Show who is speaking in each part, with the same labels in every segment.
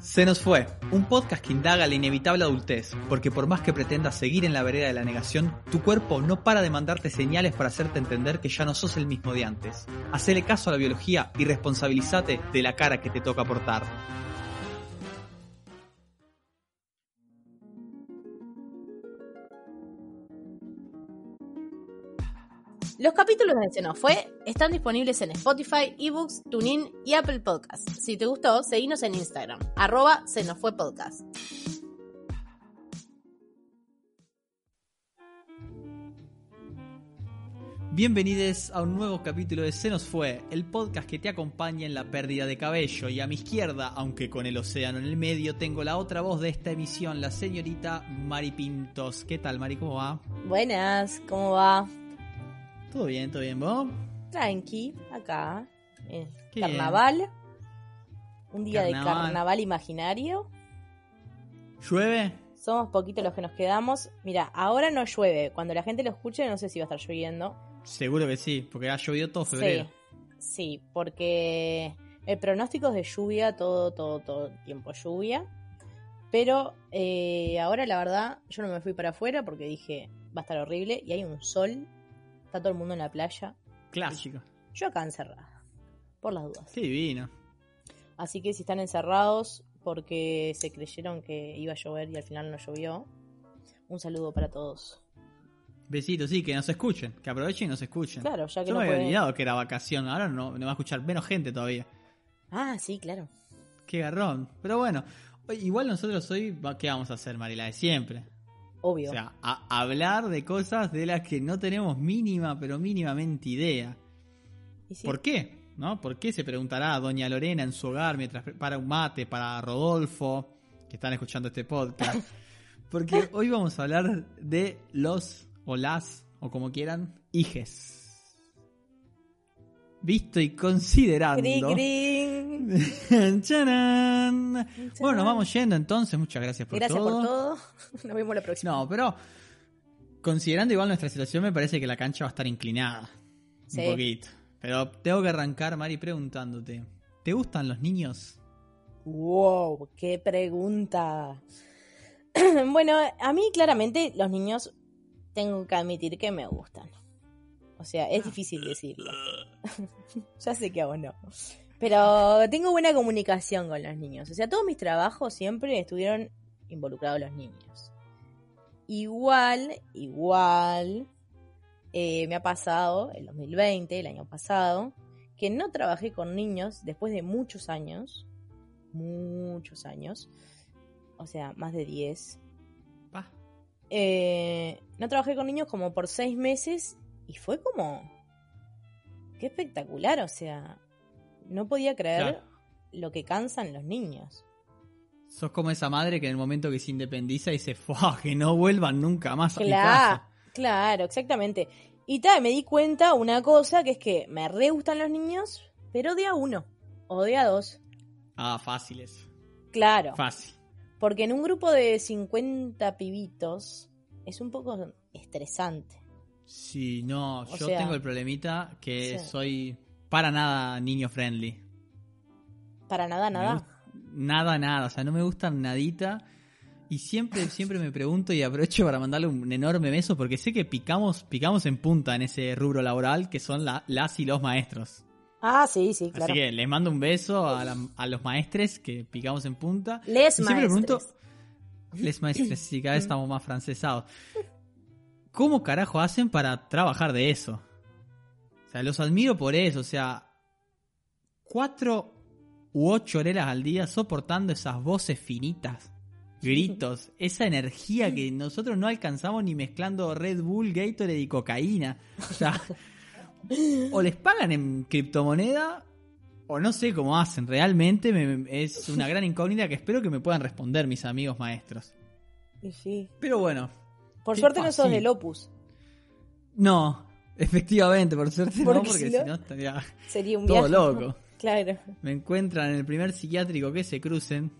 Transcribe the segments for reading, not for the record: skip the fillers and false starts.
Speaker 1: Se nos fue, un podcast que indaga la inevitable adultez, porque por más que pretendas seguir en la vereda de la negación, tu cuerpo no para de mandarte señales para hacerte entender que ya no sos el mismo de antes. Hacele caso a la biología y responsabilízate de la cara que te toca portar.
Speaker 2: Los capítulos de Se nos fue están disponibles en Spotify, eBooks, TuneIn y Apple Podcasts. Si te gustó, seguinos en Instagram, @senosfuepodcast.
Speaker 1: Bienvenidos a un nuevo capítulo de Se nos fue, el podcast que te acompaña en la pérdida de cabello. Y a mi izquierda, aunque con el océano en el medio, tengo la otra voz de esta emisión, la señorita Mari Pintos. ¿Qué tal, Mari? ¿Cómo va?
Speaker 2: Buenas, ¿cómo va?
Speaker 1: Todo bien, ¿vos?
Speaker 2: Tranqui, acá,
Speaker 1: Qué
Speaker 2: carnaval.
Speaker 1: bien.
Speaker 2: Un día de carnaval imaginario.
Speaker 1: ¿Llueve?
Speaker 2: Somos poquitos los que nos quedamos. Mira, ahora no llueve. Cuando la gente lo escuche, no sé si va a estar lloviendo.
Speaker 1: Seguro que sí, porque ha llovido todo febrero.
Speaker 2: Sí, porque el pronóstico es de lluvia, todo el tiempo lluvia. Pero ahora la verdad, yo no me fui para afuera porque dije, va a estar horrible. Y hay un sol, está todo el mundo en la playa.
Speaker 1: Clásico.
Speaker 2: Yo acá encerrada, por las dudas.
Speaker 1: Qué divino.
Speaker 2: Así que si están encerrados porque se creyeron que iba a llover y al final no llovió, un saludo para todos.
Speaker 1: Besitos, sí, que nos escuchen, que aprovechen y nos escuchen.
Speaker 2: Claro, ya que
Speaker 1: yo
Speaker 2: no
Speaker 1: me había
Speaker 2: pueden...
Speaker 1: olvidado que era vacación, ahora no va a escuchar menos gente todavía.
Speaker 2: Ah, sí, claro.
Speaker 1: Qué garrón. Pero bueno, igual nosotros hoy, ¿qué vamos a hacer, Mari? La de siempre.
Speaker 2: Obvio.
Speaker 1: O sea, hablar de cosas de las que no tenemos mínimamente idea.
Speaker 2: ¿Y sí?
Speaker 1: ¿Por qué? ¿No? ¿Por qué se preguntará doña Lorena en su hogar mientras prepara un mate para Rodolfo, que están escuchando este podcast? Porque hoy vamos a hablar de los o las, o como quieran, hijes. Visto y considerando. ¡Charán! Bueno, nos vamos yendo entonces. Muchas gracias por todo.
Speaker 2: Gracias por todo. Nos vemos la próxima.
Speaker 1: No, pero considerando igual nuestra situación, me parece que la cancha va a estar inclinada.
Speaker 2: Sí.
Speaker 1: Un poquito. Pero tengo que arrancar, Mari, preguntándote. ¿Te gustan los niños?
Speaker 2: ¡Wow! ¡Qué pregunta! Bueno, a mí claramente los niños tengo que admitir que me gustan. O sea, es difícil decirlo. Ya sé que a vos no. Pero tengo buena comunicación con los niños. O sea, todos mis trabajos siempre estuvieron involucrados los niños. Igual, me ha pasado, el 2020, el año pasado, que no trabajé con niños después de muchos años. O sea, más de 10. No trabajé con niños como por 6 meses y fue como... ¡Qué espectacular! O sea, no podía creer lo que cansan los niños.
Speaker 1: Sos como esa madre que en el momento que se independiza dice, ¡fua! Que no vuelvan nunca más a mi casa.
Speaker 2: Claro, exactamente. Y me di cuenta una cosa, que es que me re gustan los niños, pero de a uno o de a dos.
Speaker 1: Ah, fáciles.
Speaker 2: Claro.
Speaker 1: Fácil.
Speaker 2: Porque en un grupo de 50 pibitos es un poco estresante.
Speaker 1: Sí, no, yo
Speaker 2: sea,
Speaker 1: tengo el problemita que
Speaker 2: sí.
Speaker 1: soy para nada niño friendly.
Speaker 2: Para nada.
Speaker 1: Nada, o sea, no me gustan nadita. Y siempre me pregunto y aprovecho para mandarle un enorme beso porque sé que picamos en punta en ese rubro laboral que son las y los maestros.
Speaker 2: Ah, sí, claro.
Speaker 1: Así que les mando un beso a los maestres que picamos en punta.
Speaker 2: Les
Speaker 1: y siempre me
Speaker 2: maestres.
Speaker 1: pregunto, les maestres, sí, cada vez estamos más francesados. ¿Cómo carajo hacen para trabajar de eso? O sea, los admiro por eso, o sea, 4 u 8 horas al día soportando esas voces finitas, gritos, esa energía que nosotros no alcanzamos ni mezclando Red Bull, Gatorade y cocaína. O sea, o les pagan en criptomoneda o no sé cómo hacen. Realmente es una gran incógnita que espero que me puedan responder mis amigos maestros.
Speaker 2: Y sí.
Speaker 1: Pero bueno.
Speaker 2: Por suerte no sos del Opus.
Speaker 1: No, efectivamente, por suerte no, porque si no estaría
Speaker 2: sería un
Speaker 1: todo
Speaker 2: viaje,
Speaker 1: loco.
Speaker 2: ¿no? Claro.
Speaker 1: Me encuentran en el primer psiquiátrico que se crucen.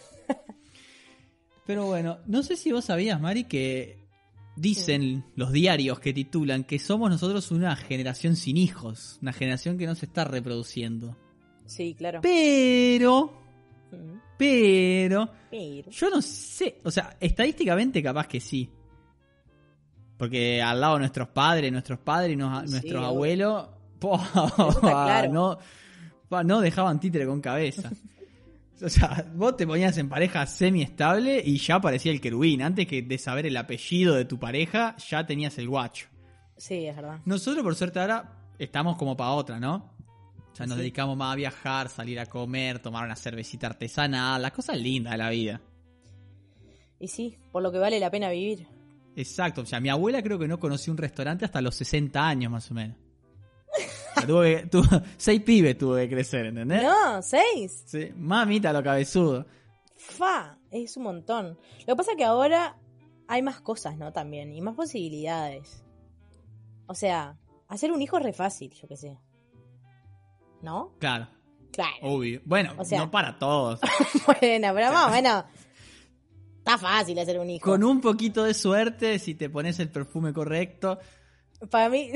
Speaker 1: Pero bueno, no sé si vos sabías, Mari, que dicen los diarios que titulan que somos nosotros una generación sin hijos, una generación que no se está reproduciendo.
Speaker 2: Sí, claro.
Speaker 1: Pero Pero yo no sé, o sea, estadísticamente capaz que sí. Porque al lado de nuestros padres y nuestros abuelos,
Speaker 2: claro.
Speaker 1: no dejaban títere con cabeza. O sea, vos te ponías en pareja semi-estable y ya parecía el querubín. Antes que de saber el apellido de tu pareja, ya tenías el guacho.
Speaker 2: Sí, es verdad.
Speaker 1: Nosotros, por suerte, ahora estamos como para otra, ¿no? O sea, nos dedicamos más a viajar, salir a comer, tomar una cervecita artesanal, las cosas lindas de la vida.
Speaker 2: Y sí, por lo que vale la pena vivir.
Speaker 1: Exacto, o sea, mi abuela creo que no conoció un restaurante hasta los 60 años más o menos. O sea, 6 pibes tuvo que crecer, ¿entendés?
Speaker 2: No, 6.
Speaker 1: Sí, mamita lo cabezudo.
Speaker 2: Es un montón. Lo que pasa es que ahora hay más cosas, ¿no? También, y más posibilidades. O sea, hacer un hijo es re fácil, yo qué sé. ¿No?
Speaker 1: Claro.
Speaker 2: Claro.
Speaker 1: Obvio. Bueno,
Speaker 2: O sea,
Speaker 1: no para todos.
Speaker 2: bueno, pero más o menos. Está fácil hacer un hijo.
Speaker 1: Con un poquito de suerte, si te pones el perfume correcto.
Speaker 2: Para mí.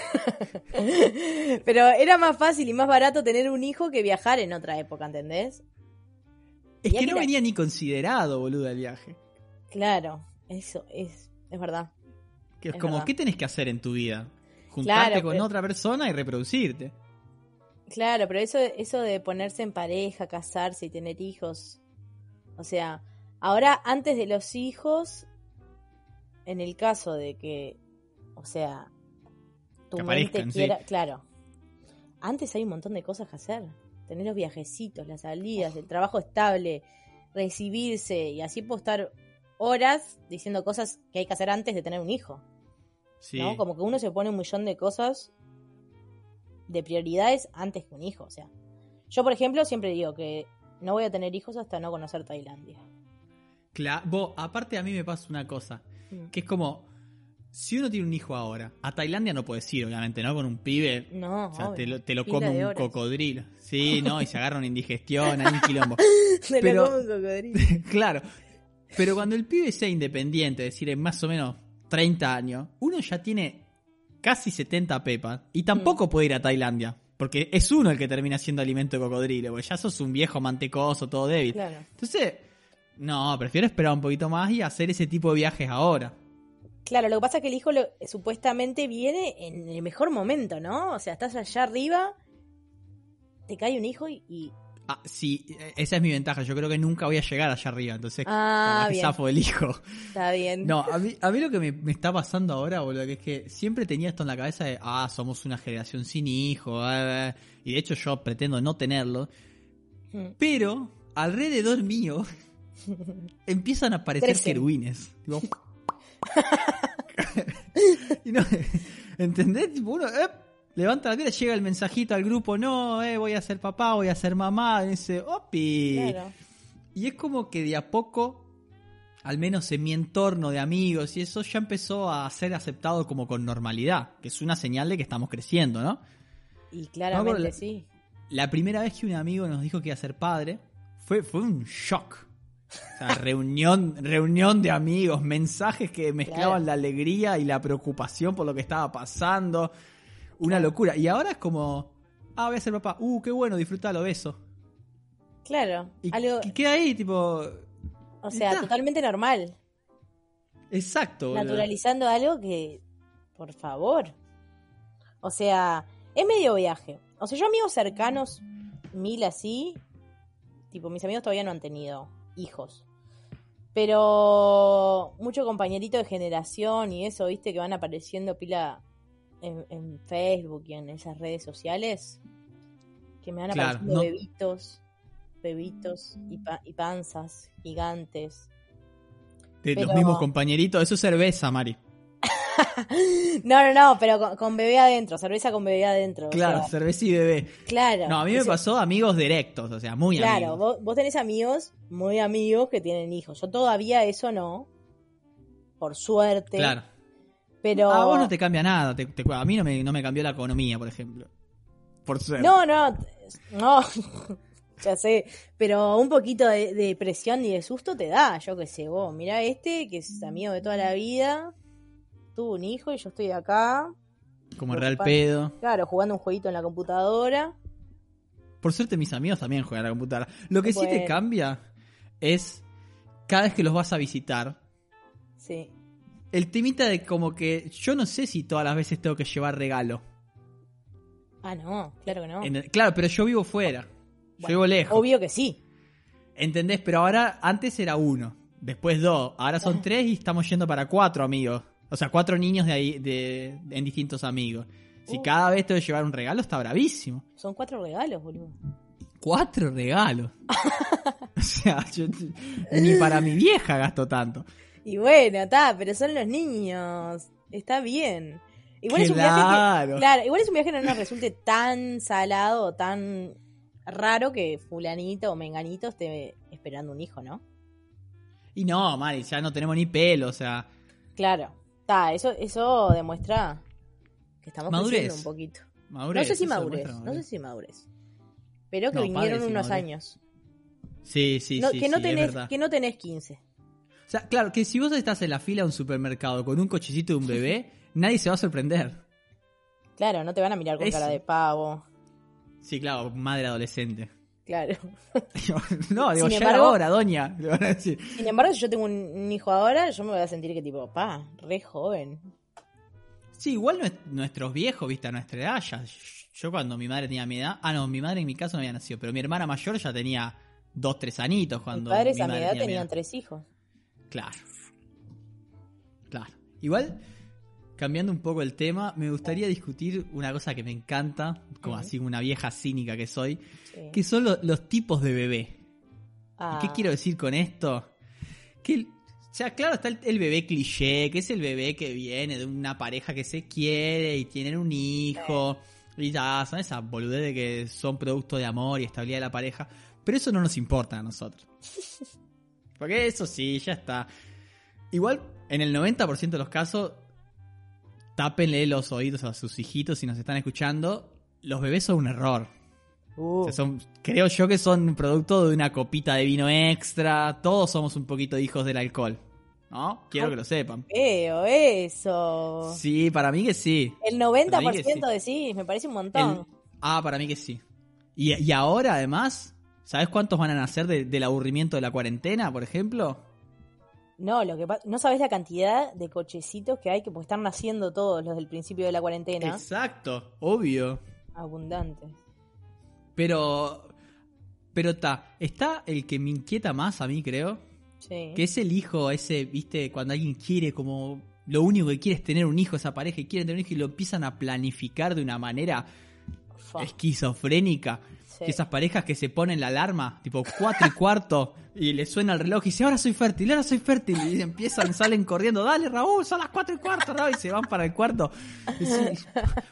Speaker 2: Pero era más fácil y más barato tener un hijo que viajar en otra época, ¿entendés?
Speaker 1: Es que no venía ni considerado, boludo, el viaje.
Speaker 2: Claro, eso es verdad.
Speaker 1: Que es como, verdad. ¿Qué tenés que hacer en tu vida? Juntarte con otra persona y reproducirte.
Speaker 2: Claro, pero eso de ponerse en pareja, casarse y tener hijos. O sea, ahora antes de los hijos, en el caso de que, o sea, tu
Speaker 1: que
Speaker 2: mente
Speaker 1: aparezcan,
Speaker 2: quiera,
Speaker 1: sí.
Speaker 2: Claro. Antes hay un montón de cosas que hacer. Tener los viajecitos, las salidas, el trabajo estable, recibirse, y así puedo estar horas diciendo cosas que hay que hacer antes de tener un hijo.
Speaker 1: Sí.
Speaker 2: ¿No? Como que uno se pone un millón de cosas, de prioridades antes que un hijo. O sea, yo por ejemplo siempre digo que no voy a tener hijos hasta no conocer Tailandia.
Speaker 1: Claro, aparte a mí me pasa una cosa, que es como, si uno tiene un hijo ahora, a Tailandia no puedes ir, obviamente, ¿no? Con un pibe,
Speaker 2: no,
Speaker 1: o sea,
Speaker 2: obvio.
Speaker 1: te lo come un cocodrilo. Sí, ¿no? Y se agarra una indigestión, hay un quilombo.
Speaker 2: Lo come un cocodrilo.
Speaker 1: Claro, pero cuando el pibe sea independiente, es decir, en más o menos 30 años, uno ya tiene casi 70 pepas y tampoco puede ir a Tailandia. Porque es uno el que termina siendo alimento de cocodrilo, porque ya sos un viejo mantecoso, todo débil.
Speaker 2: Claro.
Speaker 1: Entonces, no, prefiero esperar un poquito más y hacer ese tipo de viajes ahora.
Speaker 2: Claro, lo que pasa es que el hijo supuestamente viene en el mejor momento, ¿no? O sea, estás allá arriba, te cae un hijo y...
Speaker 1: Ah, sí, esa es mi ventaja. Yo creo que nunca voy a llegar allá arriba, entonces
Speaker 2: bien.
Speaker 1: zafo del hijo.
Speaker 2: Está bien.
Speaker 1: No, a mí lo que me está pasando ahora, boludo, que es que siempre tenía esto en la cabeza de, somos una generación sin hijos, y de hecho yo pretendo no tenerlo, pero alrededor mío empiezan a aparecer querubines. Tipo, y no, ¿entendés? Tipo, uno levanta la tela, llega el mensajito al grupo, no, voy a ser papá, voy a ser mamá, y dice, opi.
Speaker 2: Claro.
Speaker 1: Y es como que de a poco, al menos en mi entorno de amigos y eso, ya empezó a ser aceptado como con normalidad, que es una señal de que estamos creciendo, ¿no?
Speaker 2: Y claramente sí.
Speaker 1: La primera vez que un amigo nos dijo que iba a ser padre, fue un shock. O sea, reunión de amigos, mensajes que mezclaban la alegría y la preocupación por lo que estaba pasando. Una locura. Y ahora es como, voy a ser papá. Qué bueno, disfrútalo, beso.
Speaker 2: Claro.
Speaker 1: Y queda ahí, tipo...
Speaker 2: O sea, totalmente normal.
Speaker 1: Exacto.
Speaker 2: Naturalizando algo que, por favor. O sea, es medio viaje. O sea, yo amigos cercanos, 1000 así, tipo, mis amigos todavía no han tenido hijos. Pero mucho compañerito de generación y eso, viste, que van apareciendo pila en Facebook y en esas redes sociales, que me van apareciendo bebitos y panzas gigantes.
Speaker 1: Los mismos compañeritos, eso es cerveza, Mari.
Speaker 2: No, pero con bebé adentro, cerveza con bebé adentro.
Speaker 1: Claro, cerveza y bebé.
Speaker 2: Claro.
Speaker 1: No, a mí me pasó amigos directos, o sea, muy amigos.
Speaker 2: Claro, vos tenés amigos, muy amigos que tienen hijos. Yo todavía eso no, por suerte.
Speaker 1: Claro.
Speaker 2: Pero...
Speaker 1: A vos no te cambia nada, a mí no me cambió la economía, por ejemplo. Por suerte.
Speaker 2: No, ya sé, pero un poquito de presión y de susto te da, yo qué sé, vos, mirá que es amigo de toda la vida, tuvo un hijo y yo estoy acá.
Speaker 1: Como real pedo.
Speaker 2: Claro, jugando un jueguito en la computadora.
Speaker 1: Por suerte mis amigos también juegan a la computadora. Lo que sí te cambia es cada vez que los vas a visitar.
Speaker 2: Sí.
Speaker 1: El temita de como que yo no sé si todas las veces tengo que llevar regalo.
Speaker 2: Ah, no, claro que no.
Speaker 1: Claro, pero yo vivo fuera. Yo vivo lejos.
Speaker 2: Obvio que sí.
Speaker 1: ¿Entendés? Pero ahora, antes era 1, después 2, ahora son 3 y estamos yendo para 4 amigos. O sea, 4 niños de ahí en distintos amigos. Si cada vez tengo que llevar un regalo, está bravísimo.
Speaker 2: Son 4 regalos, boludo.
Speaker 1: 4 regalos. O sea, ni para mi vieja gasto tanto.
Speaker 2: Y bueno, pero son los niños. Está bien. Igual es un viaje que no nos resulte tan salado o tan raro que fulanito o menganito esté esperando un hijo, ¿no?
Speaker 1: Y no, Mari, ya no tenemos ni pelo, o sea.
Speaker 2: Claro. Eso demuestra que estamos creciendo un poquito.
Speaker 1: Madurez,
Speaker 2: no sé si madurez. Pero que
Speaker 1: no,
Speaker 2: vinieron
Speaker 1: padre,
Speaker 2: unos
Speaker 1: madurez.
Speaker 2: años.
Speaker 1: Sí,
Speaker 2: Que no tenés 15.
Speaker 1: O sea, claro, que si vos estás en la fila de un supermercado con un cochecito de un bebé, nadie se va a sorprender.
Speaker 2: Claro, no te van a mirar con cara de pavo.
Speaker 1: Sí, claro, madre adolescente.
Speaker 2: Claro.
Speaker 1: No, digo, ya era ahora, doña. Le van a decir.
Speaker 2: Sin embargo, si yo tengo un hijo ahora, yo me voy a sentir que tipo, re joven.
Speaker 1: Sí, igual nuestros viejos, viste, a nuestra edad, yo cuando mi madre tenía mi edad, mi madre en mi caso no había nacido, pero mi hermana mayor ya tenía 2, 3 anitos cuando
Speaker 2: mis padres
Speaker 1: mi
Speaker 2: a mi
Speaker 1: madre
Speaker 2: edad
Speaker 1: tenía
Speaker 2: tenían 3 hijos.
Speaker 1: Claro. Igual, cambiando un poco el tema, me gustaría discutir una cosa que me encanta, como así una vieja cínica que soy, que son los tipos de bebé. ¿Y qué quiero decir con esto? Que, o sea, claro, está el bebé cliché, que es el bebé que viene de una pareja que se quiere y tienen un hijo, y ya, son esas boludeces de que son producto de amor y estabilidad de la pareja, pero eso no nos importa a nosotros. Porque eso sí, ya está. Igual, en el 90% de los casos, tápenle los oídos a sus hijitos si nos están escuchando. Los bebés son un error. O sea, creo yo que son producto de una copita de vino extra. Todos somos un poquito hijos del alcohol, ¿no? Quiero que lo sepan.
Speaker 2: Feo eso.
Speaker 1: Sí, para mí que sí.
Speaker 2: El 90% decís, me parece un montón.
Speaker 1: Para mí que sí. Y ahora, además, ¿sabes cuántos van a nacer del aburrimiento de la cuarentena, por ejemplo?
Speaker 2: No, no sabés la cantidad de cochecitos que hay que están naciendo todos los del principio de la cuarentena.
Speaker 1: Exacto, obvio.
Speaker 2: Abundantes.
Speaker 1: Pero está el que me inquieta más a mí, creo.
Speaker 2: Sí.
Speaker 1: Que es el hijo ese, viste, cuando alguien quiere como... Lo único que quiere es tener un hijo, esa pareja, y quieren tener un hijo y lo empiezan a planificar de una manera esquizofrénica. Sí. Que esas parejas que se ponen la alarma, tipo 4:15, y le suena el reloj y dice, ahora soy fértil, y salen corriendo, dale Raúl, son las 4:15, Raúl, y se van para el cuarto. Y sí,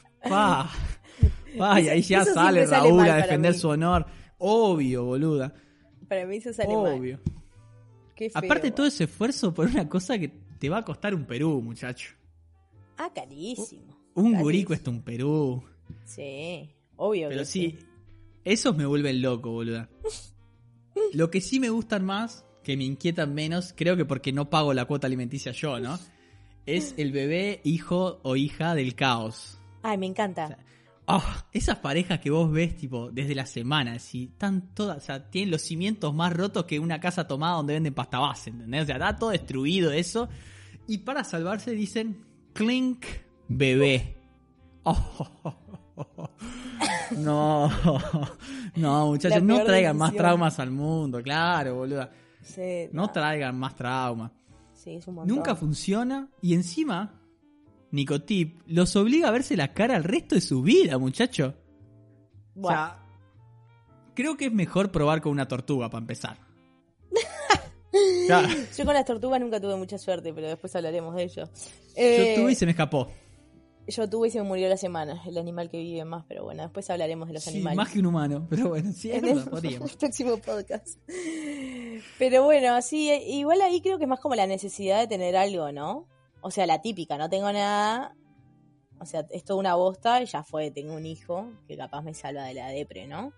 Speaker 1: y ahí ya sale Raúl a defender su honor. Obvio, boluda.
Speaker 2: Para mí eso sale mal.
Speaker 1: Obvio.
Speaker 2: Qué feo.
Speaker 1: Aparte todo ese esfuerzo por una cosa que te va a costar un Perú, muchacho.
Speaker 2: Carísimo.
Speaker 1: Un gurí cuesta un Perú.
Speaker 2: Sí, obvio.
Speaker 1: Pero sí, esos me vuelven loco, boluda. Lo que sí me gustan más, que me inquietan menos, creo que porque no pago la cuota alimenticia yo, ¿no? Es el bebé, hijo o hija del caos.
Speaker 2: Ay, me encanta.
Speaker 1: O sea, esas parejas que vos ves, tipo, desde la semana, si están todas, o sea, tienen los cimientos más rotos que una casa tomada donde venden pasta base, ¿entendés? O sea, está todo destruido eso. Y para salvarse dicen, clink, bebé. No, muchachos, no traigan más traumas al mundo, claro, boluda.
Speaker 2: Sí,
Speaker 1: no traigan más traumas.
Speaker 2: Sí, es un montón.
Speaker 1: Nunca funciona y encima, Nicotip los obliga a verse la cara el resto de su vida, muchacho. Bueno. O sea, creo que es mejor probar con una tortuga para empezar.
Speaker 2: Claro. Yo con las tortugas nunca tuve mucha suerte, pero después hablaremos de ello.
Speaker 1: Yo tuve y se me escapó.
Speaker 2: Yo tuve y se me murió la semana, el animal que vive más, pero bueno, después hablaremos de los animales.
Speaker 1: Más que un humano, pero bueno, sí, es verdad, podríamos.
Speaker 2: El próximo podcast. Pero bueno, sí, igual ahí creo que es más como la necesidad de tener algo, ¿no? O sea, la típica, no tengo nada, o sea, es toda una bosta y ya fue, tengo un hijo que capaz me salva de la depre, ¿no?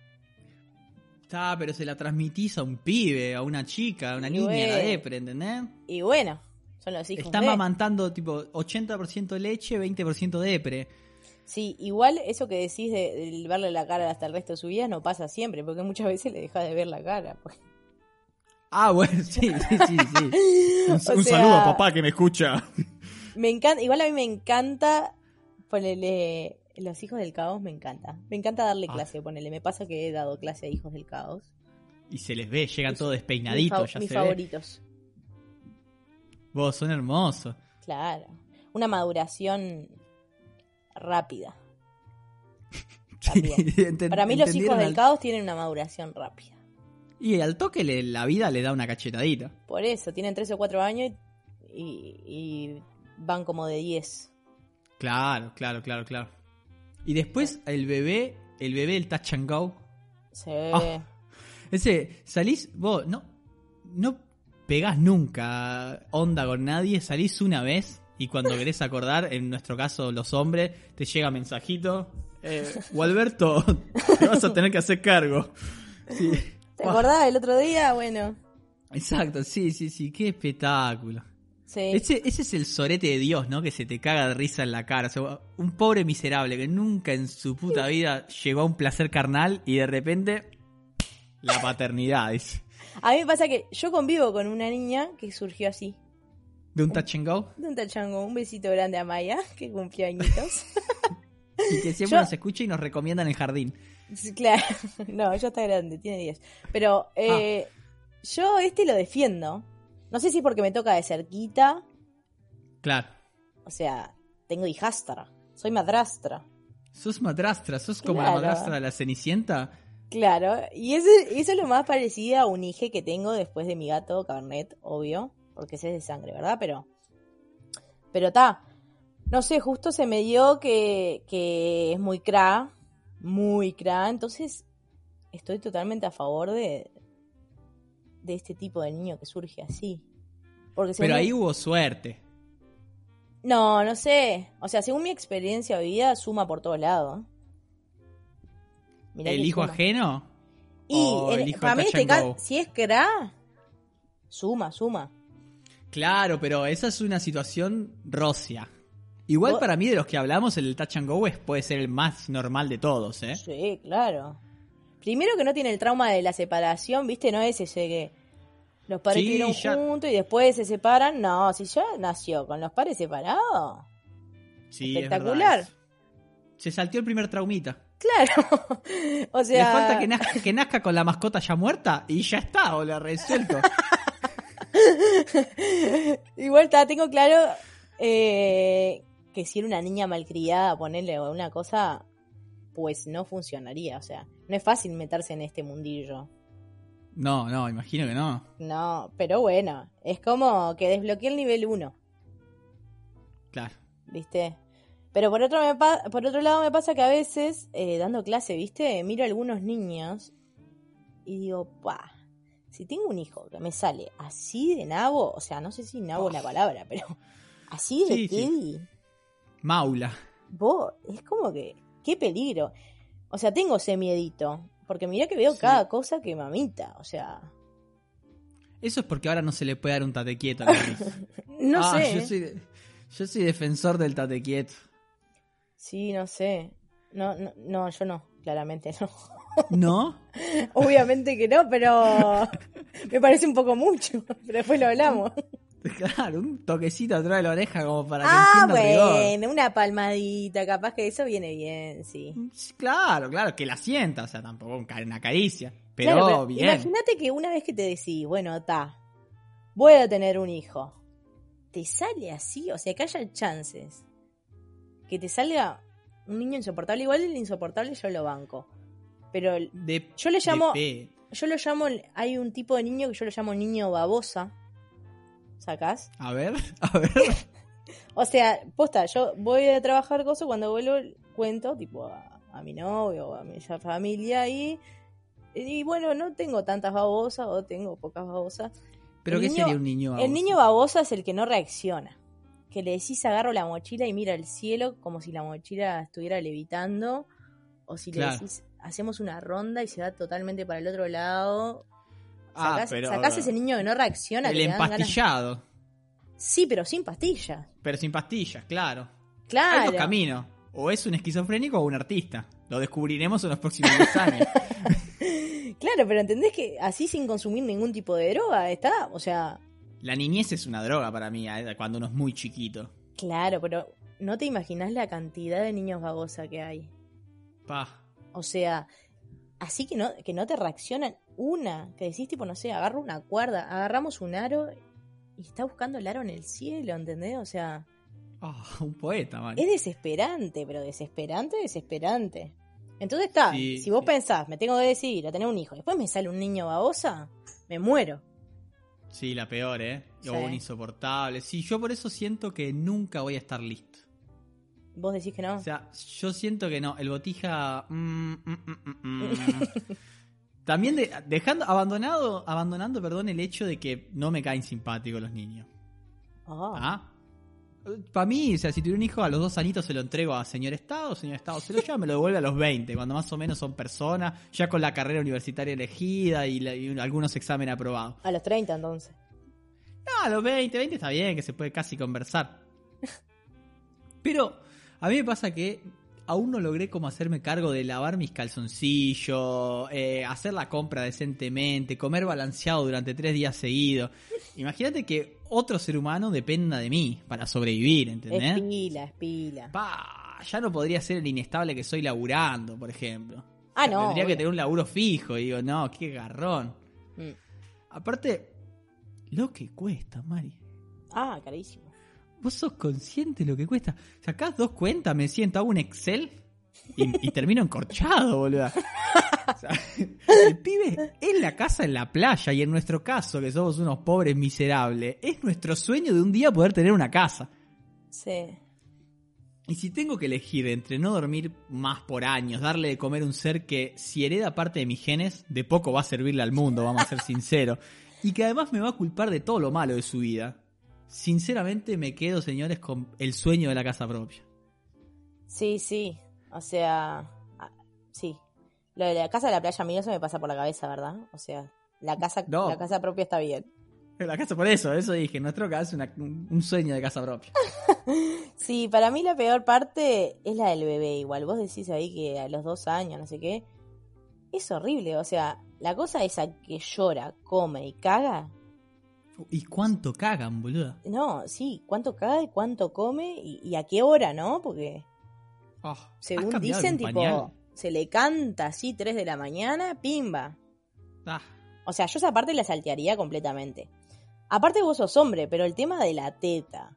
Speaker 1: Pero se la transmitís a un pibe, a una chica, a una niña, la depre, ¿entendés?
Speaker 2: Y bueno, son los hijos.
Speaker 1: Están amamantando tipo 80% leche, 20% depre.
Speaker 2: Sí, igual eso que decís de verle la cara hasta el resto de su vida no pasa siempre, porque muchas veces le dejas de ver la cara. Pues.
Speaker 1: Ah, bueno, sí.
Speaker 2: O
Speaker 1: Un
Speaker 2: sea,
Speaker 1: saludo a papá que me escucha.
Speaker 2: Me encanta, igual a mí me encanta ponerle los hijos del caos, me encanta. Me encanta darle clase, ponele. Me pasa que he dado clase a hijos del caos.
Speaker 1: Y se les ve, llegan todos despeinaditos,
Speaker 2: Mis
Speaker 1: se
Speaker 2: favoritos.
Speaker 1: ve. Vos, son hermosos.
Speaker 2: Claro. Una maduración rápida.
Speaker 1: Sí,
Speaker 2: Para mí los hijos del caos tienen una maduración rápida.
Speaker 1: Y al toque la vida le da una cachetadita.
Speaker 2: Por eso, tienen 3 o 4 años y van como de 10.
Speaker 1: Claro. Y después el bebé, el touch and go.
Speaker 2: Sí.
Speaker 1: Ese, salís, vos, no pegás nunca onda con nadie, salís una vez y cuando querés acordar, en nuestro caso los hombres, te llega mensajito, Gualberto, te vas a tener que hacer cargo. Sí.
Speaker 2: ¿Te acordás el otro día? Bueno.
Speaker 1: Exacto, sí, qué espectáculo.
Speaker 2: Sí.
Speaker 1: Ese es el sorete de Dios, ¿no? Que se te caga de risa en la cara. O sea, un pobre miserable que nunca en su puta vida llegó a un placer carnal y de repente la paternidad. Dice.
Speaker 2: A mí me pasa que yo convivo con una niña que surgió así.
Speaker 1: ¿De un touch and go?
Speaker 2: De un tachango. Un besito grande a Maya, que cumplió añitos.
Speaker 1: Y que siempre nos escucha y nos recomienda en el jardín.
Speaker 2: Claro. No, ella está grande, tiene 10. Pero yo lo defiendo. No sé si es porque me toca de cerquita.
Speaker 1: Claro.
Speaker 2: O sea, tengo hijastra. Soy madrastra.
Speaker 1: ¿Sos madrastra? ¿Sos como la madrastra de la Cenicienta?
Speaker 2: Claro. Y eso es lo más parecido a un hijo que tengo después de mi gato, Cabernet, obvio. Porque ese es de sangre, ¿verdad? Pero está. No sé, justo se me dio que es muy cra. Muy cra. Entonces, estoy totalmente a favor de este tipo de niño que surge así. Porque
Speaker 1: pero ahí hubo suerte.
Speaker 2: No sé. O sea, según mi experiencia de vida, suma por todos lados.
Speaker 1: ¿El hijo suma. Ajeno?
Speaker 2: Y el hijo para mí si es cra, suma.
Speaker 1: Claro, pero esa es una situación rocia. Igual para mí de los que hablamos, el touch and go puede ser el más normal de todos, ¿eh?
Speaker 2: Sí, claro. Primero que no tiene el trauma de la separación, ¿viste? No es ese que los padres estuvieron juntos y después se separan. No, si ya nació con los padres separados.
Speaker 1: Sí,
Speaker 2: espectacular.
Speaker 1: Se salteó el primer traumita.
Speaker 2: Claro. O sea...
Speaker 1: Le falta que nazca con la mascota ya muerta y ya está, o la resuelto.
Speaker 2: Igual tengo claro que si era una niña malcriada, ponerle una cosa, pues no funcionaría. O sea, no es fácil meterse en este mundillo.
Speaker 1: No, imagino que no.
Speaker 2: No, pero bueno, es como que desbloqueé el nivel 1.
Speaker 1: Claro.
Speaker 2: ¿Viste? Pero por otro lado me pasa que a veces, dando clase, ¿viste? Miro a algunos niños y digo, si tengo un hijo que me sale así de nabo, o sea, no sé si nabo es la palabra, pero así de Teddy.
Speaker 1: Sí. Maula.
Speaker 2: Vos, es como que, qué peligro. O sea, tengo ese miedito, porque mirá que veo cada cosa que mamita, o sea...
Speaker 1: Eso es porque ahora no se le puede dar un tate quieto a
Speaker 2: No sé.
Speaker 1: Yo soy defensor del tate quieto.
Speaker 2: Sí, no sé. No, yo no, claramente no.
Speaker 1: ¿No?
Speaker 2: Obviamente que no, pero me parece un poco mucho. Pero después lo hablamos.
Speaker 1: Claro, un toquecito atrás de la oreja como para que entienda el rigor.
Speaker 2: Bueno, una palmadita, capaz que eso viene bien, sí.
Speaker 1: Claro, que la sienta, o sea, tampoco una caricia, pero bien.
Speaker 2: Imagínate que una vez que te decís, bueno, voy a tener un hijo, te sale así, o sea, que haya chances que te salga un niño insoportable. Igual el insoportable yo lo banco, pero yo lo llamo, hay un tipo de niño que yo lo llamo niño babosa. ¿Sacás?
Speaker 1: A ver.
Speaker 2: O sea, posta, yo voy a trabajar cosas, cuando vuelvo cuento, tipo, a mi novio o a mi familia y bueno, no tengo tantas babosas o tengo pocas babosas.
Speaker 1: ¿Pero qué sería un niño babosa?
Speaker 2: El niño babosa es el que no reacciona. Que le decís agarro la mochila y mira el cielo como si la mochila estuviera levitando. O si le decís hacemos una ronda y se va totalmente para el otro lado. Sacás ese niño que no reacciona.
Speaker 1: El empastillado.
Speaker 2: Sí, pero sin pastillas.
Speaker 1: Pero sin pastillas, claro.
Speaker 2: Claro.
Speaker 1: Hay dos caminos. o es un esquizofrénico o un artista. Lo descubriremos en los próximos 10 años.
Speaker 2: Claro, pero ¿entendés que así sin consumir ningún tipo de droga está? O sea...
Speaker 1: La niñez es una droga para mí, cuando uno es muy chiquito.
Speaker 2: Claro, pero no te imaginás la cantidad de niños babosa que hay.
Speaker 1: Pa.
Speaker 2: O sea, así que no te reaccionan una, que decís tipo, no sé, agarro una cuerda, agarramos un aro y está buscando el aro en el cielo, ¿entendés? O sea...
Speaker 1: Un poeta, man.
Speaker 2: Es desesperante, pero desesperante. Entonces está,
Speaker 1: Sí,
Speaker 2: si vos pensás, me tengo que decidir a tener un hijo, después me sale un niño babosa, me muero.
Speaker 1: Sí, la peor, ¿eh?
Speaker 2: Sí.
Speaker 1: O un insoportable. Sí, yo por eso siento que nunca voy a estar listo.
Speaker 2: ¿Vos decís que no?
Speaker 1: O sea, yo siento que no. El Botija... También abandonando, perdón, el hecho de que no me caen simpáticos los niños. Para mí, o sea, si tuviera un hijo a los 2 añitos se lo entrego a señor Estado se lo lleva, me lo devuelve a los 20, cuando más o menos son personas, ya con la carrera universitaria elegida y algunos exámenes aprobados.
Speaker 2: A los 30 entonces.
Speaker 1: No, a los 20 está bien, que se puede casi conversar. Pero a mí me pasa que aún no logré como hacerme cargo de lavar mis calzoncillos, hacer la compra decentemente, comer balanceado durante 3 días seguidos. Imagínate que otro ser humano dependa de mí para sobrevivir, ¿entendés?
Speaker 2: Es pila.
Speaker 1: Ya no podría ser el inestable que soy laburando, por ejemplo.
Speaker 2: No.
Speaker 1: Tendría que tener un laburo fijo. Y digo, no, qué garrón. Aparte, lo que cuesta, Mari.
Speaker 2: Carísimo.
Speaker 1: ¿Vos sos consciente de lo que cuesta? Sacás 2 cuentas, me siento, hago un Excel y termino encorchado, boludo. O sea, el pibe en la casa en la playa, y en nuestro caso, que somos unos pobres miserables, es nuestro sueño de un día poder tener una casa.
Speaker 2: Sí.
Speaker 1: Y si tengo que elegir entre no dormir más por años, darle de comer a un ser que, si hereda parte de mis genes, de poco va a servirle al mundo, vamos a ser sinceros, y que además me va a culpar de todo lo malo de su vida, sinceramente me quedo, señores, con el sueño de la casa propia.
Speaker 2: Sí. O sea, sí. Lo de la casa de la playa, a mí no se me pasa por la cabeza, ¿verdad? O sea, la casa propia está bien.
Speaker 1: La casa, por eso dije, en nuestro caso es un sueño de casa propia.
Speaker 2: Sí, para mí la peor parte es la del bebé igual. Vos decís ahí que a los 2 años, no sé qué. Es horrible, o sea, la cosa esa que llora, come y caga.
Speaker 1: ¿Y cuánto cagan, boludo?
Speaker 2: No, sí, cuánto caga y cuánto come y a qué hora, ¿no? Porque según dicen, tipo, se le canta así 3 de la mañana, pimba. O sea, yo esa parte la saltearía completamente. Aparte vos sos hombre, pero el tema de la teta.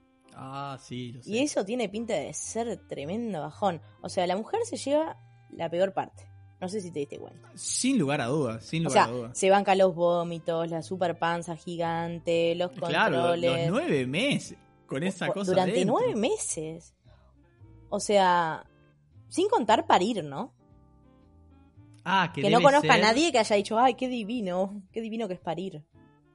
Speaker 1: Sí, lo sé.
Speaker 2: Y eso tiene pinta de ser tremendo bajón. O sea, la mujer se lleva la peor parte. No sé si te diste cuenta.
Speaker 1: Sin lugar a dudas,
Speaker 2: O sea, se banca los vómitos, la super panza gigante, los controles.
Speaker 1: Claro, los 9 meses con esa cosa
Speaker 2: durante
Speaker 1: dentro.
Speaker 2: 9 meses. O sea, sin contar parir, ¿no? Que no conozca a nadie que haya dicho, ay, qué divino que es parir.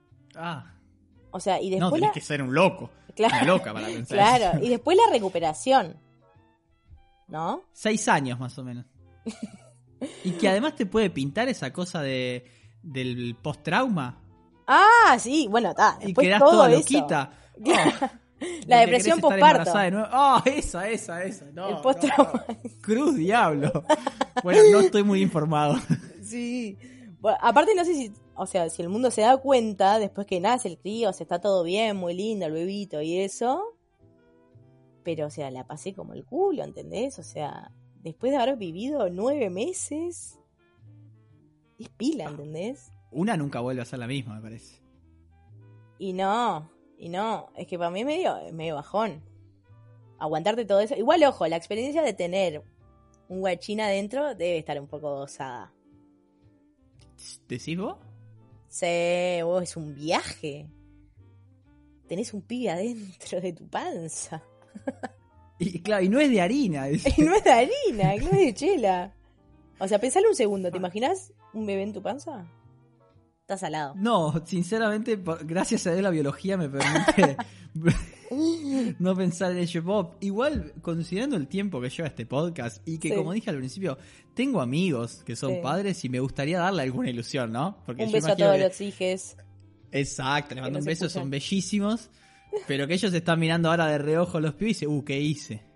Speaker 2: O sea, y después...
Speaker 1: No, tenés que ser un loco.
Speaker 2: Claro,
Speaker 1: una loca para pensar
Speaker 2: claro,
Speaker 1: eso.
Speaker 2: y después la recuperación, ¿no?
Speaker 1: 6 años más o menos. Y que además te puede pintar esa cosa del post-trauma.
Speaker 2: Sí, bueno, está.
Speaker 1: Y quedás toda loquita.
Speaker 2: La depresión postparto.
Speaker 1: Esa. No,
Speaker 2: el post-trauma.
Speaker 1: No. Cruz diablo. Bueno, no estoy muy informado.
Speaker 2: Sí. Bueno, aparte no sé si, o sea, si el mundo se da cuenta después que nace el crío, o sea, está todo bien, muy lindo el bebito y eso. Pero, o sea, la pasé como el culo, ¿entendés? O sea, después de haber vivido 9 meses, es pila, ¿entendés?
Speaker 1: Una nunca vuelve a ser la misma, me parece.
Speaker 2: Y no, es que para mí es medio bajón. Aguantarte todo eso. Igual, ojo, la experiencia de tener un guachín adentro debe estar un poco osada.
Speaker 1: ¿Decís vos?
Speaker 2: Sí, vos es un viaje. Tenés un pibe adentro de tu panza.
Speaker 1: Y claro, y no es de harina.
Speaker 2: Y no es de harina, no es de chela. O sea, pensalo un segundo, ¿te imaginas un bebé en tu panza? Está salado.
Speaker 1: No, sinceramente, gracias a Dios la biología me permite no pensar en ello. Bob, igual, considerando el tiempo que lleva este podcast y que, como dije al principio, tengo amigos que son padres y me gustaría darle alguna ilusión, ¿no? Porque
Speaker 2: un beso a todos los hijes.
Speaker 1: Exacto, les mando un beso, son bellísimos, pero que ellos están mirando ahora de reojo los pibes y dicen, ¿qué hice?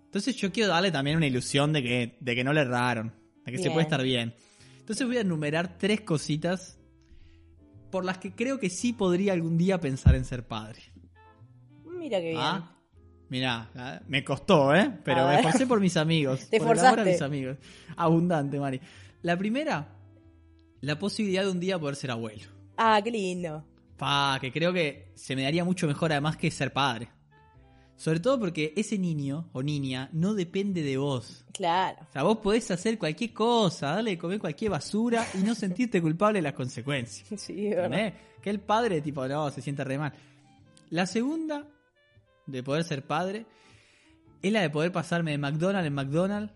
Speaker 1: Entonces yo quiero darle también una ilusión de que no le erraron, de que se puede estar bien. Entonces voy a enumerar 3 cositas por las que creo que sí podría algún día pensar en ser padre.
Speaker 2: Mira qué bien.
Speaker 1: Mirá, me costó, pero me esforcé por mis amigos.
Speaker 2: Te
Speaker 1: por el amor a
Speaker 2: esforzaste.
Speaker 1: mis amigos. Abundante, Mari. La primera, la posibilidad de un día poder ser abuelo.
Speaker 2: Ah, qué lindo.
Speaker 1: Que creo que se me daría mucho mejor además que ser padre. Sobre todo porque ese niño o niña no depende de vos.
Speaker 2: Claro.
Speaker 1: O sea, vos podés hacer cualquier cosa, darle de comer cualquier basura y no sentirte culpable de las consecuencias.
Speaker 2: Sí, ¿verdad?
Speaker 1: Que el padre, tipo, no, se siente re mal. La segunda, de poder ser padre, es la de poder pasarme de McDonald's en McDonald's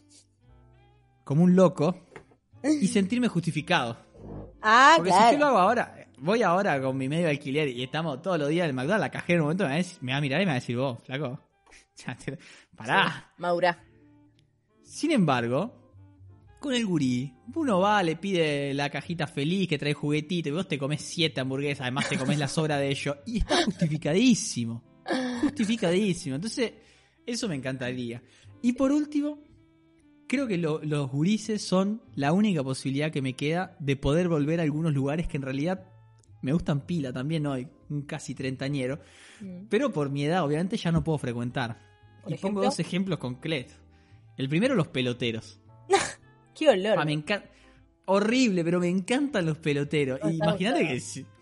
Speaker 1: como un loco y sentirme justificado.
Speaker 2: Ah,
Speaker 1: Porque
Speaker 2: claro.
Speaker 1: si yo lo hago ahora, voy ahora con mi medio alquiler y estamos todos los días en el McDonald's, la cajera en un momento me va a mirar y me va a decir, vos, flaco, pará.
Speaker 2: Sí, madurá.
Speaker 1: Sin embargo, con el gurí, uno va, le pide la cajita feliz que trae juguetito y vos te comés 7 hamburguesas, además te comés la sobra de ellos y está justificadísimo. Justificadísimo. Entonces, eso me encantaría. Y por último, creo que los gurises son la única posibilidad que me queda de poder volver a algunos lugares que en realidad me gustan pila también hoy, un casi treintañero, pero por mi edad obviamente ya no puedo frecuentar. Y pongo 2 ejemplos concretos. El primero, los peloteros.
Speaker 2: Qué olor.
Speaker 1: Me encanta. Horrible, pero me encantan los peloteros.
Speaker 2: Oh,
Speaker 1: Imagínate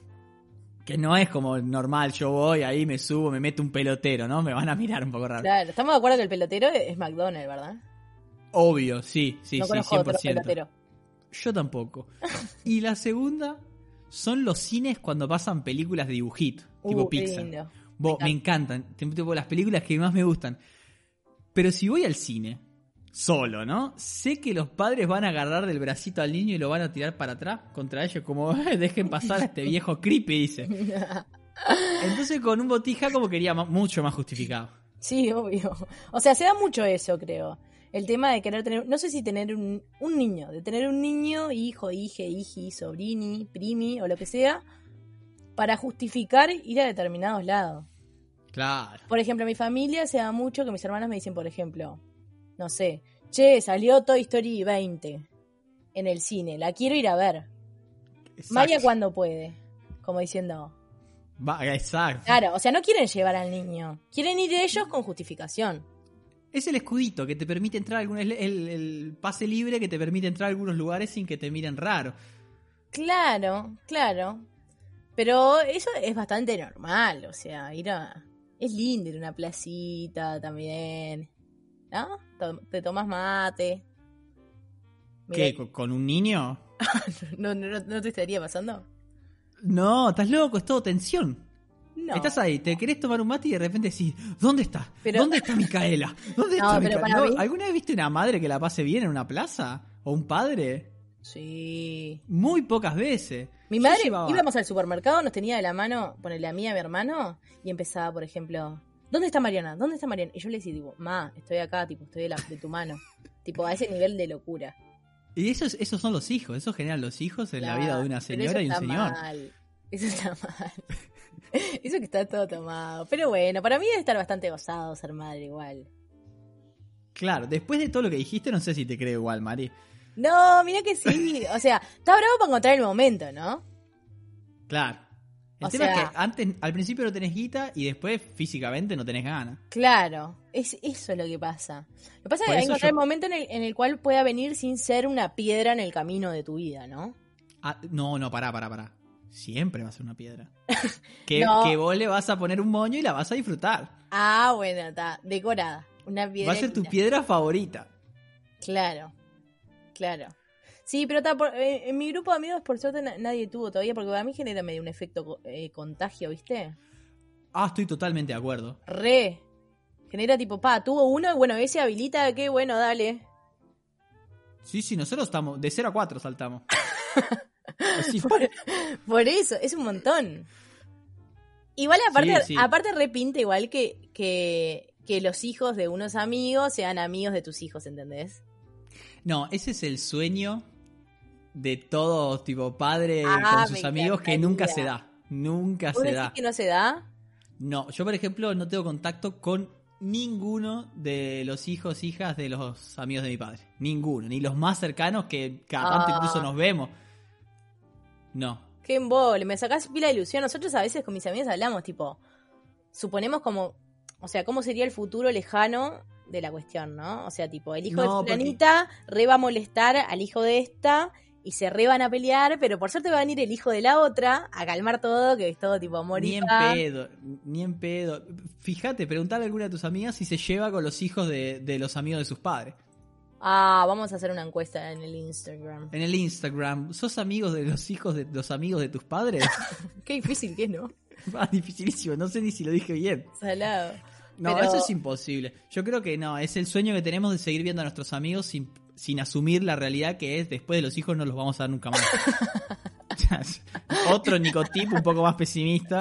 Speaker 1: que no es como normal, yo voy ahí, me subo, me meto un pelotero, ¿no? Me van a mirar un poco raro.
Speaker 2: Claro, estamos de acuerdo que el pelotero es McDonald's, ¿verdad?
Speaker 1: Obvio, sí,
Speaker 2: No conozco
Speaker 1: 100%.
Speaker 2: otro pelotero.
Speaker 1: Yo tampoco. Y la segunda son los cines cuando pasan películas de dibujito, tipo Pixar.
Speaker 2: Lindo.
Speaker 1: Me encantan, tipo las películas que más me gustan. Pero si voy al cine, solo, ¿no? Sé que los padres van a agarrar del bracito al niño y lo van a tirar para atrás contra ellos, como dejen pasar a este viejo creepy, dice. Entonces con un botija como quería mucho más justificado.
Speaker 2: Sí, obvio. O sea, se da mucho eso, creo. El tema de querer tener, no sé si tener un niño, de tener un niño, hijo, hije, hiji, sobrini, primi o lo que sea, para justificar ir a determinados lados.
Speaker 1: Claro.
Speaker 2: Por ejemplo, en mi familia se da mucho que mis hermanos me dicen, por ejemplo, no sé, che, salió Toy Story 20 en el cine, la quiero ir a ver.
Speaker 1: Exacto.
Speaker 2: Maya cuando puede, como diciendo.
Speaker 1: Exacto.
Speaker 2: Claro, o sea, no quieren llevar al niño, quieren ir ellos con justificación.
Speaker 1: Es el escudito que te permite entrar a algunos, el pase libre que te permite entrar a algunos lugares sin que te miren raro.
Speaker 2: Claro, claro. Pero eso es bastante normal, o sea, es lindo ir a una placita también, ¿no? Te tomas mate.
Speaker 1: ¿Qué? ¿Con un niño?
Speaker 2: ¿No te estaría pasando?
Speaker 1: No, estás loco, es todo tensión.
Speaker 2: No.
Speaker 1: Estás ahí, te querés tomar un mate y de repente decís, ¿dónde está?
Speaker 2: Pero...
Speaker 1: ¿Dónde está Micaela? ¿Dónde
Speaker 2: No,
Speaker 1: está
Speaker 2: pero
Speaker 1: Micaela?
Speaker 2: para mí...
Speaker 1: ¿Alguna vez viste una madre que la pase bien en una plaza? ¿O un padre?
Speaker 2: Sí.
Speaker 1: Muy pocas veces.
Speaker 2: Mi madre, íbamos al supermercado, nos tenía de la mano, ponerle a mí, a mi hermano, y empezaba, por ejemplo, ¿dónde está Mariana? ¿Dónde está Mariana? Y yo le decía, tipo, ma, estoy acá, tipo, estoy de tu mano. Tipo, a ese nivel de locura.
Speaker 1: Y esos son los hijos, eso generan los hijos en la vida de una señora y un señor.
Speaker 2: Eso está mal. Eso que está todo tomado. Pero bueno, para mí debe estar bastante gozado ser madre igual.
Speaker 1: Claro, después de todo lo que dijiste, no sé si te creo igual, Mari.
Speaker 2: No, mira que sí. O sea, está bravo para encontrar el momento, ¿no?
Speaker 1: Claro. El tema es que al principio no tenés guita y después físicamente no tenés ganas.
Speaker 2: Claro, es eso lo que pasa. Lo que pasa es que hay que encontrar el momento en el cual pueda venir sin ser una piedra en el camino de tu vida, ¿no?
Speaker 1: No, pará. Siempre va a ser una piedra. Que vos le vas a poner un moño y la vas a disfrutar.
Speaker 2: Ah, bueno, está decorada. Una piedra.
Speaker 1: Va a ser tu piedra favorita.
Speaker 2: Claro. Sí, pero en mi grupo de amigos por suerte nadie tuvo todavía, porque a mí genera medio un efecto contagio, ¿viste?
Speaker 1: Estoy totalmente de acuerdo.
Speaker 2: Genera tipo, tuvo uno y bueno, ese habilita, qué bueno, dale.
Speaker 1: Sí, nosotros estamos, de 0 a 4 saltamos. Sí.
Speaker 2: Por eso, es un montón. Igual aparte repinta igual que los hijos de unos amigos sean amigos de tus hijos, ¿entendés?
Speaker 1: No, ese es el sueño de todo tipo padre con sus amigos que nunca se da. Nunca se da.
Speaker 2: ¿Vos decís que no se da?
Speaker 1: No, yo por ejemplo no tengo contacto con ninguno de los hijas de los amigos de mi padre. Ninguno. Ni los más cercanos que cada tanto incluso nos vemos. No.
Speaker 2: Qué embole, me sacás pila de ilusión. Nosotros a veces con mis amigos hablamos, tipo, suponemos como, o sea, cómo sería el futuro lejano de la cuestión, ¿no? O sea, tipo, el hijo de fulanita re va a molestar al hijo de esta y se re van a pelear, pero por suerte va a venir el hijo de la otra a calmar todo, que es todo tipo amor y paz.
Speaker 1: Ni en pedo. Fíjate, preguntale a alguna de tus amigas si se lleva con los hijos de los amigos de sus padres.
Speaker 2: Vamos a hacer una encuesta en el Instagram.
Speaker 1: En el Instagram, ¿sos amigos de los hijos de los amigos de tus padres?
Speaker 2: Qué difícil que es, ¿no?
Speaker 1: Dificilísimo, no sé ni si lo dije bien.
Speaker 2: Salado.
Speaker 1: No,
Speaker 2: pero...
Speaker 1: eso es imposible. Yo creo que no, es el sueño que tenemos de seguir viendo a nuestros amigos sin asumir la realidad que es después de los hijos no los vamos a dar nunca más. Otro nicotip un poco más pesimista.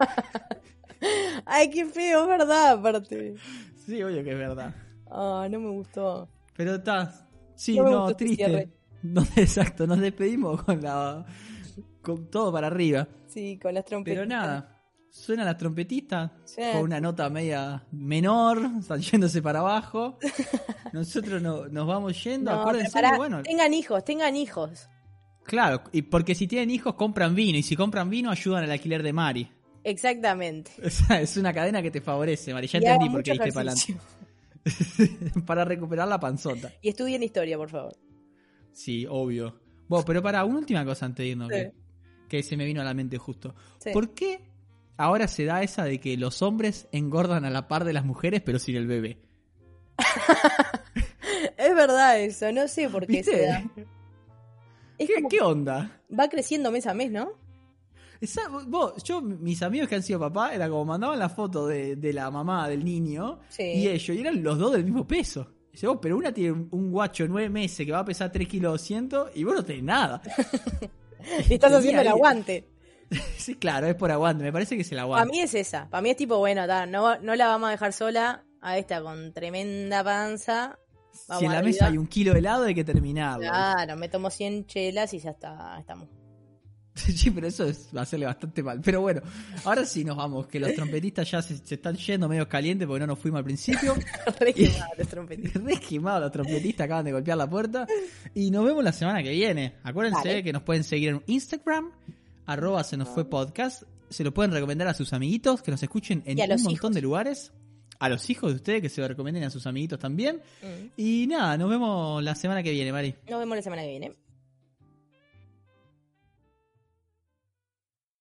Speaker 2: Ay, qué feo, es verdad, aparte.
Speaker 1: Sí, obvio que es verdad.
Speaker 2: No me gustó.
Speaker 1: Pero está, sí,
Speaker 2: no
Speaker 1: triste. No, exacto, nos despedimos con todo para arriba.
Speaker 2: Sí, con las trompetas.
Speaker 1: Pero nada, suenan las trompetitas con una nota media menor, están yéndose para abajo. Nosotros nos vamos yendo, acuérdense, bueno.
Speaker 2: Tengan hijos.
Speaker 1: Claro, y porque si tienen hijos compran vino, y si compran vino ayudan al alquiler de Mari.
Speaker 2: Exactamente.
Speaker 1: Es una cadena que te favorece, Mari. Ya entendí por qué diste para adelante. Para recuperar la panzota.
Speaker 2: Y estudien historia, por favor.
Speaker 1: Sí, obvio. Bueno, pero para una última cosa antes de irnos,
Speaker 2: sí.
Speaker 1: que se me vino a la mente justo.
Speaker 2: Sí.
Speaker 1: ¿Por qué ahora se da esa de que los hombres engordan a la par de las mujeres, pero sin el bebé?
Speaker 2: Es verdad eso, no sé por qué se da.
Speaker 1: ¿Qué onda?
Speaker 2: Va creciendo mes a mes, ¿no?
Speaker 1: Mis amigos que han sido papá, era como mandaban la foto de la mamá del niño,
Speaker 2: sí.
Speaker 1: Y ellos, y eran los dos del mismo peso. Dice, pero una tiene un guacho de 9 meses que va a pesar 3 kilos 200 y vos no tenés nada.
Speaker 2: Y estás haciendo el aguante.
Speaker 1: Sí, claro, es por aguante, me parece que es el aguante.
Speaker 2: Para mí es esa, para mí es tipo, bueno, no la vamos a dejar sola a esta con tremenda panza. Vamos
Speaker 1: si en la
Speaker 2: arriba.
Speaker 1: mesa hay 1 kilo de helado hay que terminarlo.
Speaker 2: Claro, me tomo 100 chelas y ya estamos.
Speaker 1: Sí, pero eso va a hacerle bastante mal. Pero bueno, ahora sí nos vamos, que los trompetistas ya se están yendo medio calientes porque no nos fuimos al principio.
Speaker 2: Re quemados los trompetistas.
Speaker 1: Re quemados los trompetistas, acaban de golpear la puerta. Y nos vemos la semana que viene. Acuérdense que nos pueden seguir en Instagram, @senosfuepodcast. Se lo pueden recomendar a sus amiguitos que nos escuchen en un montón de lugares. A los hijos de ustedes que se lo recomienden a sus amiguitos también. Y nada, nos vemos la semana que viene, Mari.
Speaker 2: Nos vemos la semana que viene.